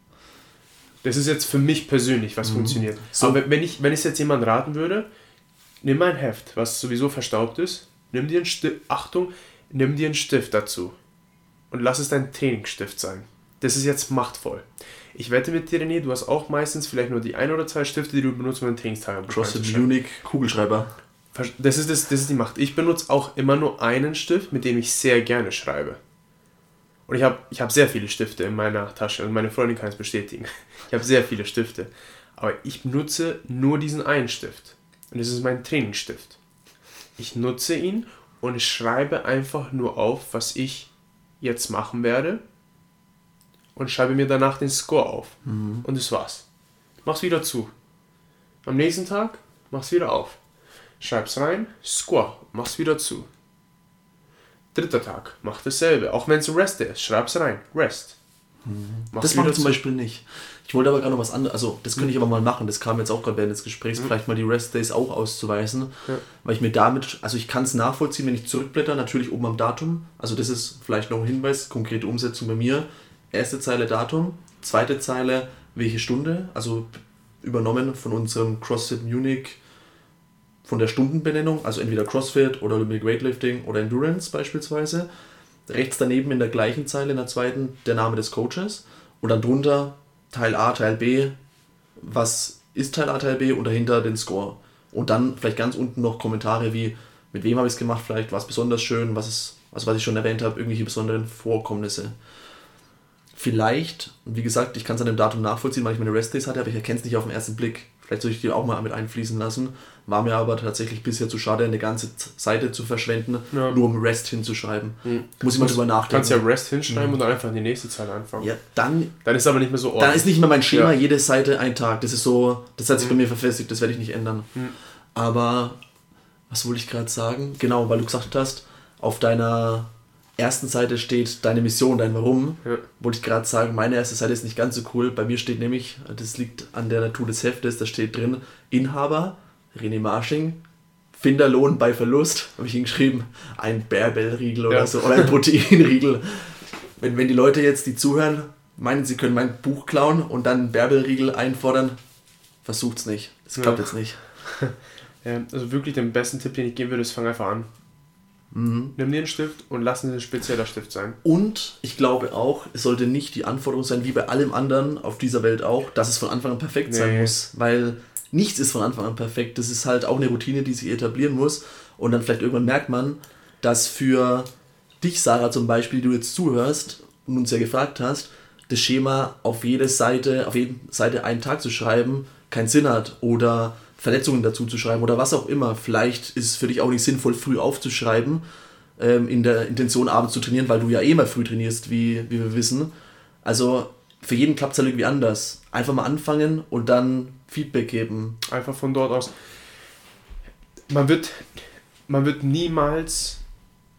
Das ist jetzt für mich persönlich, was funktioniert. So. Aber wenn ich jetzt jemand raten würde, nimm ein Heft, was sowieso verstaubt ist, nimm dir einen Stift dazu und lass es dein Trainingsstift sein. Das ist jetzt machtvoll. Ich wette mit dir, René, du hast auch meistens vielleicht nur die 1 oder 2 Stifte, die du benutzt, um ein Trainingstagebuch zu schreiben. CrossFit Munich Kugelschreiber. Das ist die Macht. Ich benutze auch immer nur einen Stift, mit dem ich sehr gerne schreibe. Und ich hab sehr viele Stifte in meiner Tasche und meine Freundin kann es bestätigen. Ich habe sehr viele Stifte. Aber ich benutze nur diesen einen Stift. Und das ist mein Trainingsstift. Ich nutze ihn und ich schreibe einfach nur auf, was ich jetzt machen werde. Und schreibe mir danach den Score auf. Und das war's. Mach's wieder zu. Am nächsten Tag mach's wieder auf. Schreib's rein, Score, mach's wieder zu. 3. Tag, mach dasselbe. Auch wenn es Rest ist, schreib's rein, Rest. Das mache ich zum Beispiel nicht. Ich wollte aber gerade noch was anderes, also das könnte ich aber mal machen, das kam jetzt auch gerade während des Gesprächs, vielleicht mal die Rest Days auch auszuweisen, weil ich mir damit, also ich kann es nachvollziehen, wenn ich zurückblätter, natürlich oben am Datum, also das ist vielleicht noch ein Hinweis, konkrete Umsetzung bei mir, erste Zeile Datum, zweite Zeile welche Stunde, also übernommen von unserem CrossFit Munich, von der Stundenbenennung, also entweder CrossFit oder Olympic Weightlifting oder Endurance beispielsweise. Rechts daneben in der gleichen Zeile, in der zweiten, der Name des Coaches und dann drunter Teil A, Teil B, was ist Teil A, Teil B und dahinter den Score. Und dann vielleicht ganz unten noch Kommentare wie, mit wem habe ich es gemacht, vielleicht war es besonders schön, was ich schon erwähnt habe, irgendwelche besonderen Vorkommnisse. Vielleicht, wie gesagt, ich kann es an dem Datum nachvollziehen, weil ich meine Rest-Days hatte, aber ich erkenne es nicht auf den ersten Blick. Vielleicht soll ich die auch mal mit einfließen lassen. War mir aber tatsächlich bisher zu schade, eine ganze Seite zu verschwenden, nur um Rest hinzuschreiben. Muss ich mal drüber nachdenken. Du kannst ja Rest hinschreiben und dann einfach die nächste Zeile anfangen. Ja, dann ist aber nicht mehr so ordentlich. Dann ist nicht mehr mein Schema, jede Seite ein Tag. Das ist so, das hat sich bei mir verfestigt, das werde ich nicht ändern. Aber, was wollte ich gerade sagen? Genau, weil du gesagt hast, auf deiner ersten Seite steht deine Mission, dein Warum. Wollte ich gerade sagen, meine erste Seite ist nicht ganz so cool. Bei mir steht nämlich, das liegt an der Natur des Heftes, da steht drin, Inhaber, René Marsching, Finderlohn bei Verlust, habe ich hingeschrieben, ein Bärbelriegel oder so, oder ein Proteinriegel. Wenn die Leute jetzt, die zuhören, meinen, sie können mein Buch klauen und dann einen Bärbelriegel einfordern, versucht's nicht. Das klappt jetzt nicht. Also wirklich den besten Tipp, den ich geben würde, ist, fang einfach an. Nimm dir einen Stift und lass ihn ein spezieller Stift sein. Und ich glaube auch, es sollte nicht die Anforderung sein, wie bei allem anderen auf dieser Welt auch, dass es von Anfang an perfekt sein muss. Weil nichts ist von Anfang an perfekt. Das ist halt auch eine Routine, die sich etablieren muss. Und dann vielleicht irgendwann merkt man, dass für dich, Sarah zum Beispiel, die du jetzt zuhörst und uns ja gefragt hast, das Schema auf jede Seite einen Tag zu schreiben, keinen Sinn hat. Oder Verletzungen dazu zu schreiben oder was auch immer. Vielleicht ist es für dich auch nicht sinnvoll, früh aufzuschreiben, in der Intention abends zu trainieren, weil du ja mal früh trainierst, wie wir wissen. Also für jeden klappt es halt irgendwie anders. Einfach mal anfangen und dann Feedback geben. Einfach von dort aus. Man wird niemals,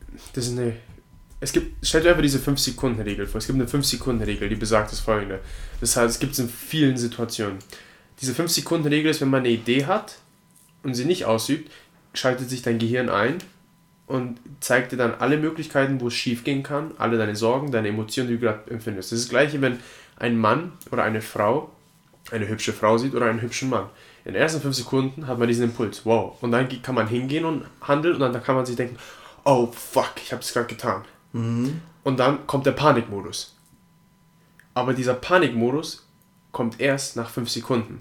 stellt euch einfach diese 5-Sekunden-Regel vor. Es gibt eine 5-Sekunden-Regel, die besagt das Folgende. Das heißt, es gibt es in vielen Situationen. Diese 5-Sekunden-Regel ist, wenn man eine Idee hat und sie nicht ausübt, schaltet sich dein Gehirn ein und zeigt dir dann alle Möglichkeiten, wo es schief gehen kann, alle deine Sorgen, deine Emotionen, die du gerade empfindest. Das ist das Gleiche, wenn ein Mann oder eine Frau eine hübsche Frau sieht oder einen hübschen Mann. In den ersten 5 Sekunden hat man diesen Impuls, wow. Und dann kann man hingehen und handeln und dann kann man sich denken, oh fuck, ich habe es gerade getan. Und dann kommt der Panikmodus. Aber dieser Panikmodus kommt erst nach 5 Sekunden.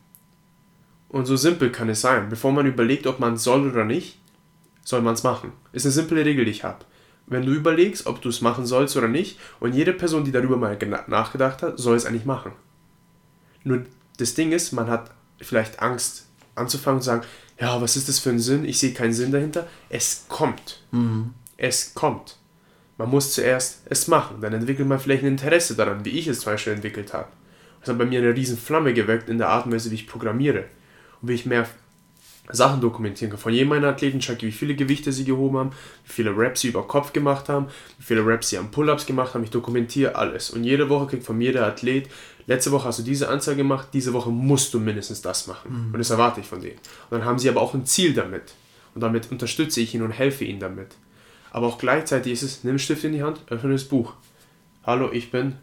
Und so simpel kann es sein. Bevor man überlegt, ob man es soll oder nicht, soll man es machen. Ist eine simple Regel, die ich habe. Wenn du überlegst, ob du es machen sollst oder nicht, und jede Person, die darüber mal nachgedacht hat, soll es eigentlich machen. Nur das Ding ist, man hat vielleicht Angst anzufangen und zu sagen, ja, was ist das für ein Sinn? Ich sehe keinen Sinn dahinter. Es kommt. Es kommt. Man muss zuerst es machen. Dann entwickelt man vielleicht ein Interesse daran, wie ich es zum Beispiel entwickelt habe. Das hat bei mir eine riesen Flamme geweckt in der Art und Weise, wie ich programmiere. Und wie ich mehr Sachen dokumentieren kann. Von jedem meiner Athleten schaue ich, wie viele Gewichte sie gehoben haben, wie viele Reps sie über Kopf gemacht haben, wie viele Reps sie an Pull-Ups gemacht haben. Ich dokumentiere alles. Und jede Woche kriegt von mir der Athlet, letzte Woche hast du diese Anzahl gemacht, diese Woche musst du mindestens das machen. Und das erwarte ich von denen. Und dann haben sie aber auch ein Ziel damit. Und damit unterstütze ich ihn und helfe ihnen damit. Aber auch gleichzeitig ist es, nimm einen Stift in die Hand, öffne das Buch. Hallo, ich bin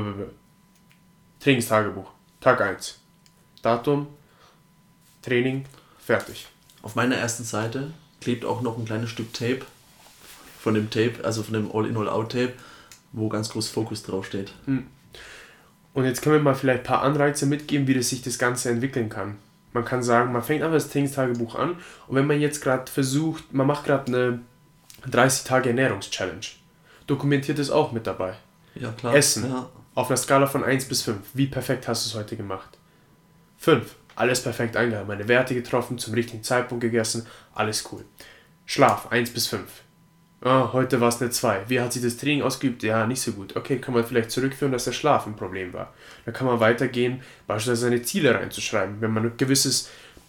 Trainingstagebuch. Tag 1. Datum, Training, fertig. Auf meiner ersten Seite klebt auch noch ein kleines Stück Tape von dem Tape, also von dem All-In, All-Out-Tape, wo ganz groß Fokus draufsteht. Und jetzt können wir mal vielleicht ein paar Anreize mitgeben, wie sich das Ganze entwickeln kann. Man kann sagen, man fängt einfach das Trainingstagebuch an und wenn man jetzt gerade versucht, man macht gerade eine 30-Tage-Ernährungs-Challenge, dokumentiert es auch mit dabei. Ja, klar. Essen, ja. Auf einer Skala von 1 bis 5, wie perfekt hast du es heute gemacht? 5, alles perfekt eingehalten, meine Werte getroffen, zum richtigen Zeitpunkt gegessen, alles cool. Schlaf, 1 bis 5. Heute war es eine 2. Wie hat sich das Training ausgeübt? Ja, nicht so gut. Okay, kann man vielleicht zurückführen, dass der Schlaf ein Problem war. Dann kann man weitergehen, beispielsweise seine Ziele reinzuschreiben. Wenn man ein gewisses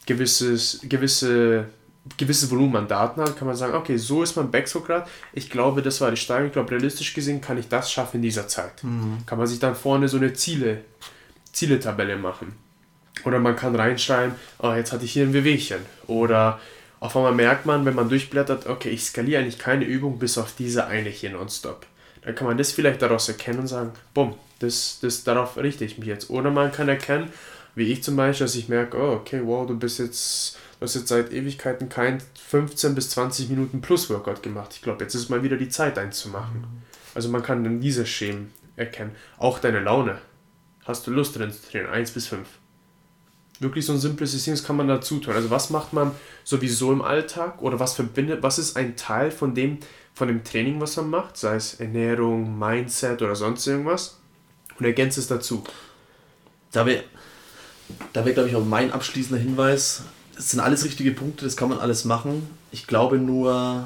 Volumen an Daten hat, kann man sagen, okay, so ist mein Backscore gerade. Ich glaube, das war die Steigerung. Ich glaube, realistisch gesehen kann ich das schaffen in dieser Zeit. Kann man sich dann vorne so eine Zieletabelle machen. Oder man kann reinschreiben, jetzt hatte ich hier ein Wehwehchen. Oder auf einmal merkt man, wenn man durchblättert, okay, ich skaliere eigentlich keine Übung bis auf diese eine hier nonstop. Dann kann man das vielleicht daraus erkennen und sagen, bumm, darauf richte ich mich jetzt. Oder man kann erkennen, wie ich zum Beispiel, dass ich merke, okay, wow, du hast jetzt seit Ewigkeiten kein 15 bis 20 Minuten plus Workout gemacht. Ich glaube, jetzt ist mal wieder die Zeit, eins zu machen. Also man kann dann diese Schemen erkennen. Auch deine Laune. Hast du Lust drin zu trainieren? 1 bis 5. Wirklich so ein simples System, das kann man dazu tun. Also was macht man sowieso im Alltag oder was ist ein Teil von dem Training, was man macht, sei es Ernährung, Mindset oder sonst irgendwas und ergänzt es dazu. Da wäre, glaube ich, auch mein abschließender Hinweis, das sind alles richtige Punkte, das kann man alles machen. Ich glaube nur,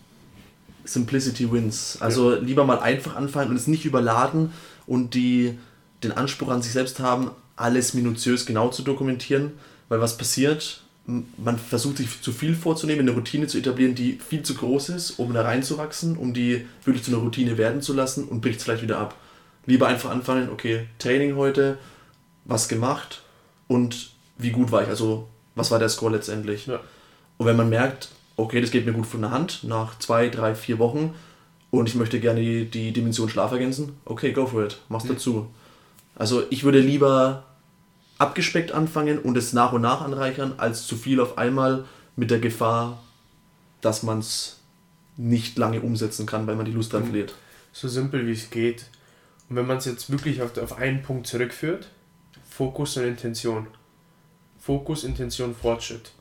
Simplicity wins. Also lieber mal einfach anfangen und es nicht überladen und den Anspruch an sich selbst haben, alles minutiös genau zu dokumentieren, weil was passiert, man versucht sich zu viel vorzunehmen, eine Routine zu etablieren, die viel zu groß ist, um da reinzuwachsen, um die wirklich zu einer Routine werden zu lassen und bricht es vielleicht wieder ab. Lieber einfach anfangen, okay, Training heute, was gemacht und wie gut war ich, also was war der Score letztendlich. Ja. Und wenn man merkt, okay, das geht mir gut von der Hand, nach 2, 3, 4 Wochen und ich möchte gerne die Dimension Schlaf ergänzen, okay, go for it, mach's dazu. Also ich würde lieber abgespeckt anfangen und es nach und nach anreichern, als zu viel auf einmal mit der Gefahr, dass man es nicht lange umsetzen kann, weil man die Lust dran verliert. So simpel wie es geht. Und wenn man es jetzt wirklich auf einen Punkt zurückführt, Fokus und Intention. Fokus, Intention, Fortschritt.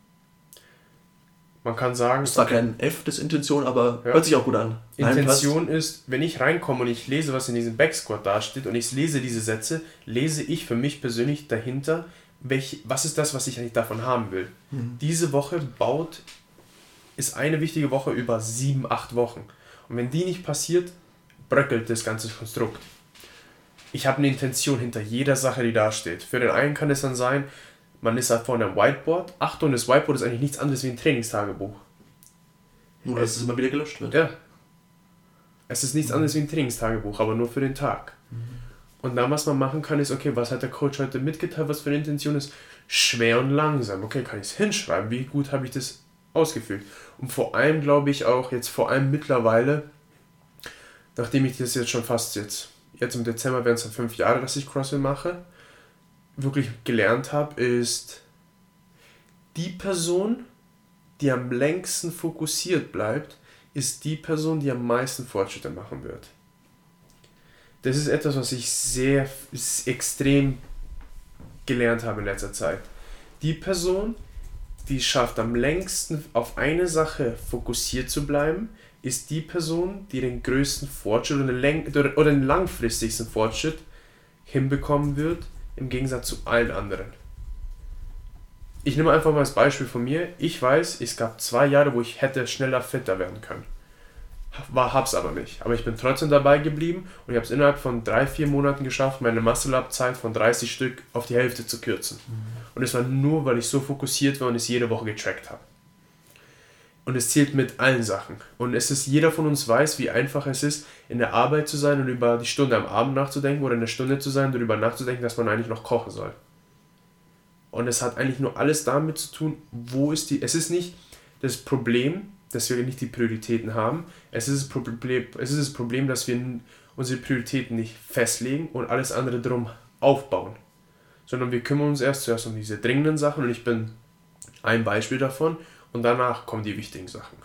Man kann sagen... Das ist zwar kein F, das Intention, aber hört sich auch gut an. Intention ist, wenn ich reinkomme und ich lese, was in diesem Backsquat dasteht und ich lese diese Sätze, lese ich für mich persönlich dahinter, was ist das, was ich eigentlich davon haben will. Diese Woche ist eine wichtige Woche über 7, 8 Wochen. Und wenn die nicht passiert, bröckelt das ganze Konstrukt. Ich habe eine Intention hinter jeder Sache, die da steht. Für den einen kann es dann sein, man ist halt vor einem Whiteboard. Achtung, das Whiteboard ist eigentlich nichts anderes wie ein Trainingstagebuch. Nur, dass es immer wieder gelöscht wird. Ja. Es ist nichts anderes wie ein Trainingstagebuch, aber nur für den Tag. Und dann, was man machen kann, ist, okay, was hat der Coach heute mitgeteilt, was für eine Intention ist? Schwer und langsam. Okay, kann ich es hinschreiben? Wie gut habe ich das ausgefüllt? Und vor allem, glaube ich auch, mittlerweile, nachdem ich das jetzt schon fast jetzt im Dezember werden es dann 5 Jahre, dass ich CrossFit mache, wirklich gelernt habe, ist, die Person, die am längsten fokussiert bleibt, ist die Person, die am meisten Fortschritte machen wird. Das ist etwas, was ich sehr extrem gelernt habe in letzter Zeit. Die Person, die schafft am längsten auf eine Sache fokussiert zu bleiben, ist die Person, die den größten Fortschritt oder den langfristigsten Fortschritt hinbekommen wird, im Gegensatz zu allen anderen. Ich nehme einfach mal das Beispiel von mir. Ich weiß, es gab 2 Jahre, wo ich hätte schneller fitter werden können. Hab's aber nicht. Aber ich bin trotzdem dabei geblieben und ich habe es innerhalb von 3-4 Monaten geschafft, meine Muscle-Up-Zeit von 30 Stück auf die Hälfte zu kürzen. Und es war nur, weil ich so fokussiert war und es jede Woche getrackt habe. Und es zählt mit allen Sachen. Und jeder von uns weiß, wie einfach es ist, in der Arbeit zu sein und über die Stunde am Abend nachzudenken oder in der Stunde zu sein und darüber nachzudenken, dass man eigentlich noch kochen soll. Und es hat eigentlich nur alles damit zu tun, es ist nicht das Problem, dass wir nicht die Prioritäten haben. Es ist das Problem, dass wir unsere Prioritäten nicht festlegen und alles andere drum aufbauen. Sondern wir kümmern uns zuerst um diese dringenden Sachen und ich bin ein Beispiel davon und danach kommen die wichtigen Sachen.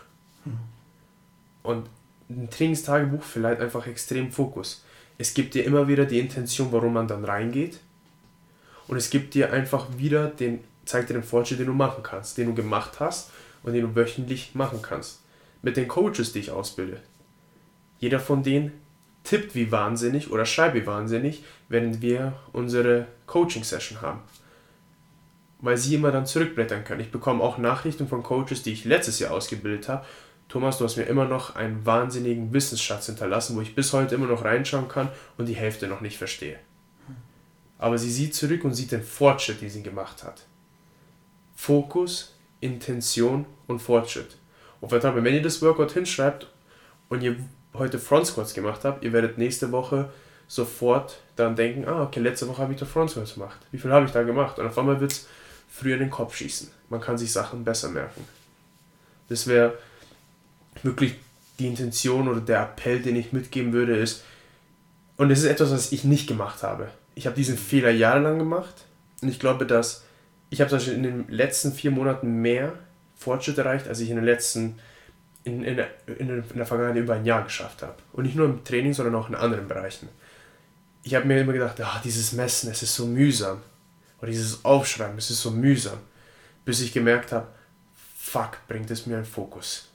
Und ein Trainingstagebuch verleiht einfach extrem Fokus. Es gibt dir immer wieder die Intention, warum man dann reingeht. Und es gibt dir einfach wieder zeigt dir den Fortschritt, den du machen kannst, den du gemacht hast und den du wöchentlich machen kannst. Mit den Coaches, die ich ausbilde. Jeder von denen tippt wie wahnsinnig oder schreibt wie wahnsinnig, wenn wir unsere Coaching-Session haben. Weil sie immer dann zurückblättern können. Ich bekomme auch Nachrichten von Coaches, die ich letztes Jahr ausgebildet habe. Thomas, du hast mir immer noch einen wahnsinnigen Wissensschatz hinterlassen, wo ich bis heute immer noch reinschauen kann und die Hälfte noch nicht verstehe. Aber sie sieht zurück und sieht den Fortschritt, den sie gemacht hat. Fokus, Intention und Fortschritt. Und wenn ihr das Workout hinschreibt und ihr heute Front Squats gemacht habt, ihr werdet nächste Woche sofort dann denken, okay, letzte Woche habe ich doch Front Squats gemacht. Wie viel habe ich da gemacht? Und auf einmal wird es früher in den Kopf schießen. Man kann sich Sachen besser merken. Das wäre wirklich die Intention oder der Appell, den ich mitgeben würde, ist, und das ist etwas, was ich nicht gemacht habe. Ich habe diesen Fehler jahrelang gemacht und ich glaube, dass ich habe zum Beispiel in den letzten 4 Monaten mehr Fortschritt erreicht, als ich in der Vergangenheit über ein Jahr geschafft habe. Und nicht nur im Training, sondern auch in anderen Bereichen. Ich habe mir immer gedacht, dieses Messen, es ist so mühsam. Oder dieses Aufschreiben, es ist so mühsam. Bis ich gemerkt habe, fuck, bringt es mir einen Fokus.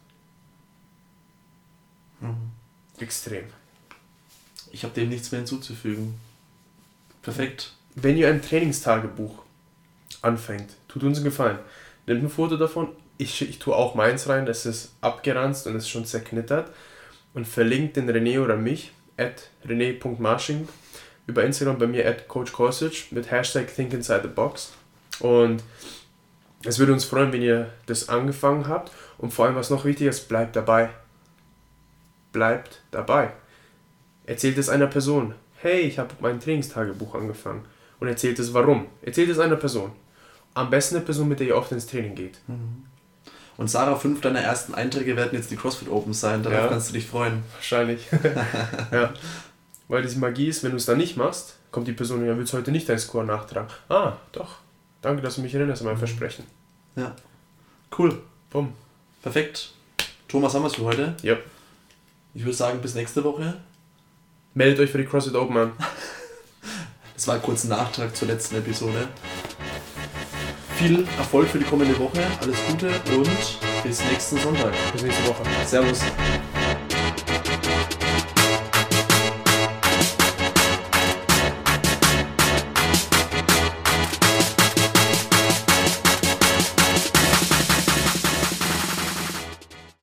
Extrem. Ich habe dem nichts mehr hinzuzufügen. Perfekt. Wenn ihr ein Trainingstagebuch anfängt, tut uns einen Gefallen. Nehmt ein Foto davon. Ich tue auch meins rein, das ist abgeranzt und ist schon zerknittert. Und verlinkt den René oder mich, @rené.marsching, über Instagram bei mir @coachkorsich mit #ThinkInsideTheBox. Und es würde uns freuen, wenn ihr das angefangen habt. Und vor allem, was noch wichtig ist, bleibt dabei. Bleibt dabei. Erzählt es einer Person. Hey, ich habe mein Trainingstagebuch angefangen. Und erzählt es warum. Erzählt es einer Person. Am besten eine Person, mit der ihr oft ins Training geht. Und Sarah, 5 deiner ersten Einträge werden jetzt die CrossFit Open sein. Darauf kannst du dich freuen. Wahrscheinlich. Ja. Weil diese Magie ist, wenn du es dann nicht machst, kommt die Person, ja, willst du heute nicht deinen Score nachtragen? Doch. Danke, dass du mich erinnerst an mein Versprechen. Ja. Cool. Bumm. Perfekt. Thomas, haben wir es für heute? Ja. Ich würde sagen, bis nächste Woche. Meldet euch für die CrossFit Open an. Das war ein kurzer Nachtrag zur letzten Episode. Viel Erfolg für die kommende Woche, alles Gute und bis nächsten Sonntag. Bis nächste Woche. Servus.